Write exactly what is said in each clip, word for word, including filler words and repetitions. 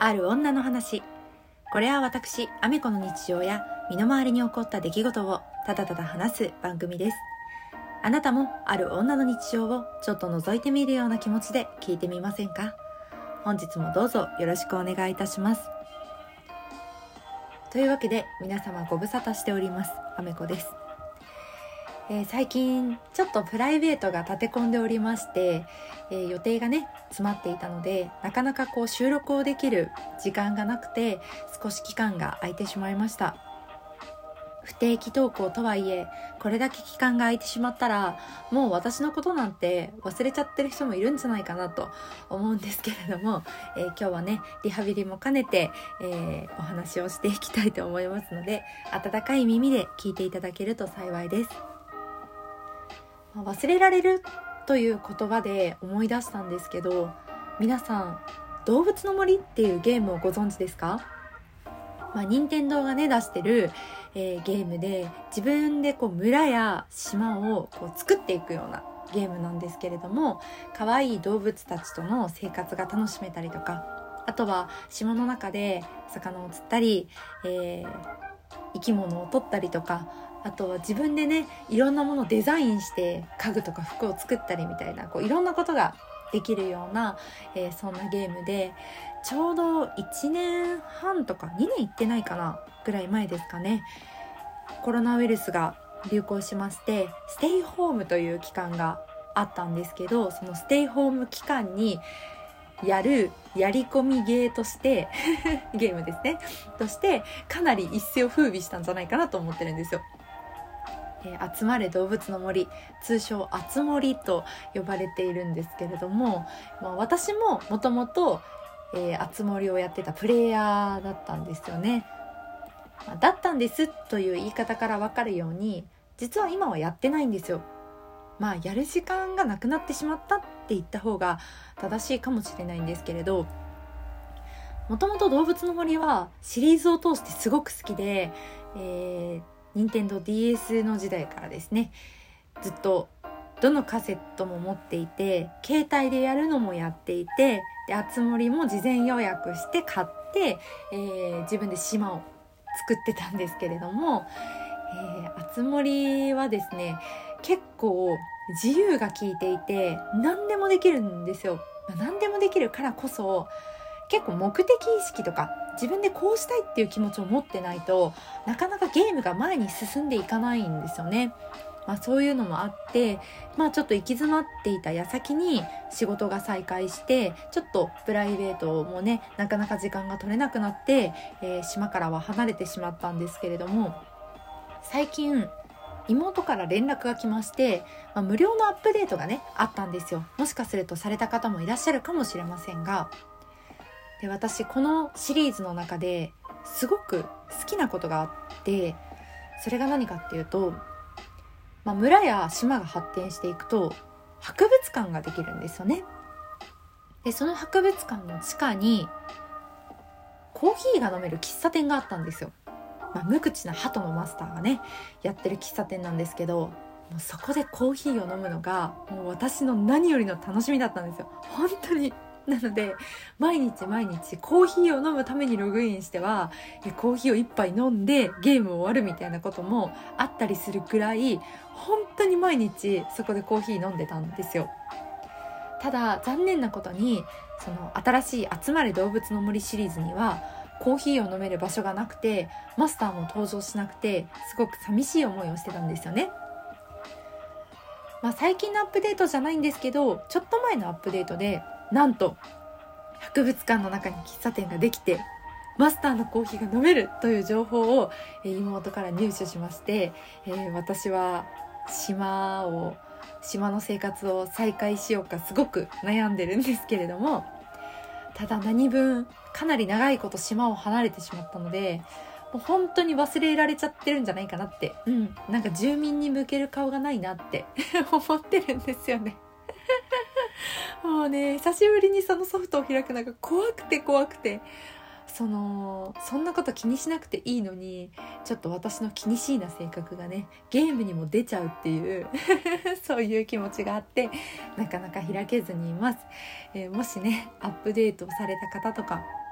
ある女の話。これは私、アメコの日常や身の回りに起こった出来事をただただ話す番組です。あなたもある女の日常をちょっと覗いてみるような気持ちで聞いてみませんか？本日もどうぞよろしくお願いいたします。というわけで皆様ご無沙汰しております。アメコです。えー、最近ちょっとプライベートが立て込んでおりまして、えー、予定がね詰まっていたのでなかなかこう収録をできる時間がなくて少し期間が空いてしまいました。不定期投稿とはいえこれだけ期間が空いてしまったらもう私のことなんて忘れちゃってる人もいるんじゃないかなと思うんですけれども、えー、今日はねリハビリも兼ねて、えー、お話をしていきたいと思いますので温かい耳で聞いていただけると幸いです。忘れられるという言葉で思い出したんですけど、皆さん動物の森っていうゲームをご存知ですか？まあ、任天堂がね出してる、えー、ゲームで自分でこう村や島をこう作っていくようなゲームなんですけれども、可愛い動物たちとの生活が楽しめたりとか、あとは島の中で魚を釣ったり、えー、生き物を取ったりとか、あとは自分でねいろんなものをデザインして家具とか服を作ったりみたいなこういろんなことができるような、えー、そんなゲームで、ちょうどいちねんはんとかにねんいってないかなぐらい前ですかね、コロナウイルスが流行しましてステイホームという期間があったんですけど、そのステイホーム期間にやるやり込みゲーとしてゲームですねとしてかなり一世を風靡したんじゃないかなと思ってるんですよ。えー、集まれ動物の森、通称あつ森と呼ばれているんですけれども、まあ、私ももともとあつ森をやってたプレイヤーだったんですよね。まあ、だったんですという言い方から分かるように実は今はやってないんですよ。まあやる時間がなくなってしまったって言った方が正しいかもしれないんですけれど、もともと動物の森はシリーズを通してすごく好きで、えー任天堂 ディーエス の時代からですねずっとどのカセットも持っていて携帯でやるのもやっていて、であつ森も事前予約して買って、えー、自分で島を作ってたんですけれども、えー、あつ森はですね結構自由が利いていて何でもできるんですよ。何でもできるからこそ結構目的意識とか自分でこうしたいっていう気持ちを持ってないとなかなかゲームが前に進んでいかないんですよね。まあ、そういうのもあって、まあ、ちょっと行き詰まっていた矢先に仕事が再開してちょっとプライベートもねなかなか時間が取れなくなって、えー、島からは離れてしまったんですけれども、最近妹から連絡が来まして、まあ、無料のアップデートがねあったんですよ。もしかするとされた方もいらっしゃるかもしれませんが、で私このシリーズの中ですごく好きなことがあって、それが何かっていうと、まあ、村や島が発展していくと博物館ができるんですよね。でその博物館の地下にコーヒーが飲める喫茶店があったんですよ。まあ、無口な鳩のマスターがねやってる喫茶店なんですけど、もうそこでコーヒーを飲むのがもう私の何よりの楽しみだったんですよ。本当に。なので毎日毎日コーヒーを飲むためにログインしてはコーヒーを一杯飲んでゲーム終わるみたいなこともあったりするくらい本当に毎日そこでコーヒー飲んでたんですよ。ただ残念なことにその新しい集まれ動物の森シリーズにはコーヒーを飲める場所がなくてマスターも登場しなくてすごく寂しい思いをしてたんですよね。まあ、最近のアップデートじゃないんですけどちょっと前のアップデートでなんと博物館の中に喫茶店ができてマスターのコーヒーが飲めるという情報を妹から入手しまして、えー、私は島を島の生活を再開しようかすごく悩んでるんですけれども、ただ何分かなり長いこと島を離れてしまったのでもう本当に忘れられちゃってるんじゃないかなって、うん、なんか住民に向ける顔がないなって思ってるんですよねもうね久しぶりにそのソフトを開くのが怖くて怖くて、そのそんなこと気にしなくていいのにちょっと私の気にしいな性格がねゲームにも出ちゃうっていうそういう気持ちがあってなかなか開けずにいます。えー、もしねアップデートされた方とか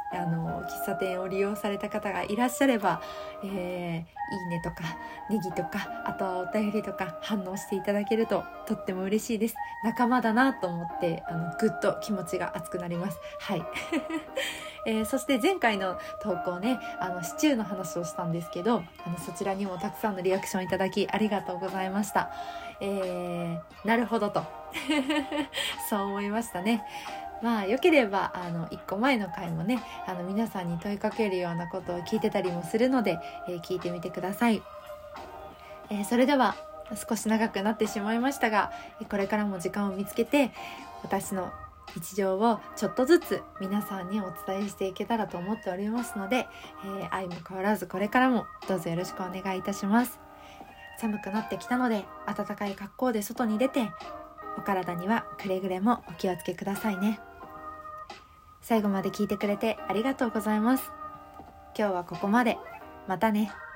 あの喫茶店を利用された方がいらっしゃれば、えー、いいねとかネギとか、あとはお便りとか反応していただけるととっても嬉しいです。仲間だなと思ってあのぐっと気持ちが熱くなります。はい、えー、そして前回の投稿ね、あのシチューの話をしたんですけど、あのそちらにもたくさんのリアクションいただきありがとうございました。えー、なるほどとそう思いましたね。まあよければあのいっこまえの回もね、あの皆さんに問いかけるようなことを聞いてたりもするので、えー、聞いてみてください。えー、それでは少し長くなってしまいましたが、これからも時間を見つけて私の日常をちょっとずつ皆さんにお伝えしていけたらと思っておりますので、えー、愛も変わらずこれからもどうぞよろしくお願いいたします。寒くなってきたので暖かい格好で外に出て、お体にはくれぐれもお気をつけくださいね。最後まで聞いてくれてありがとうございます。今日はここまで。またね。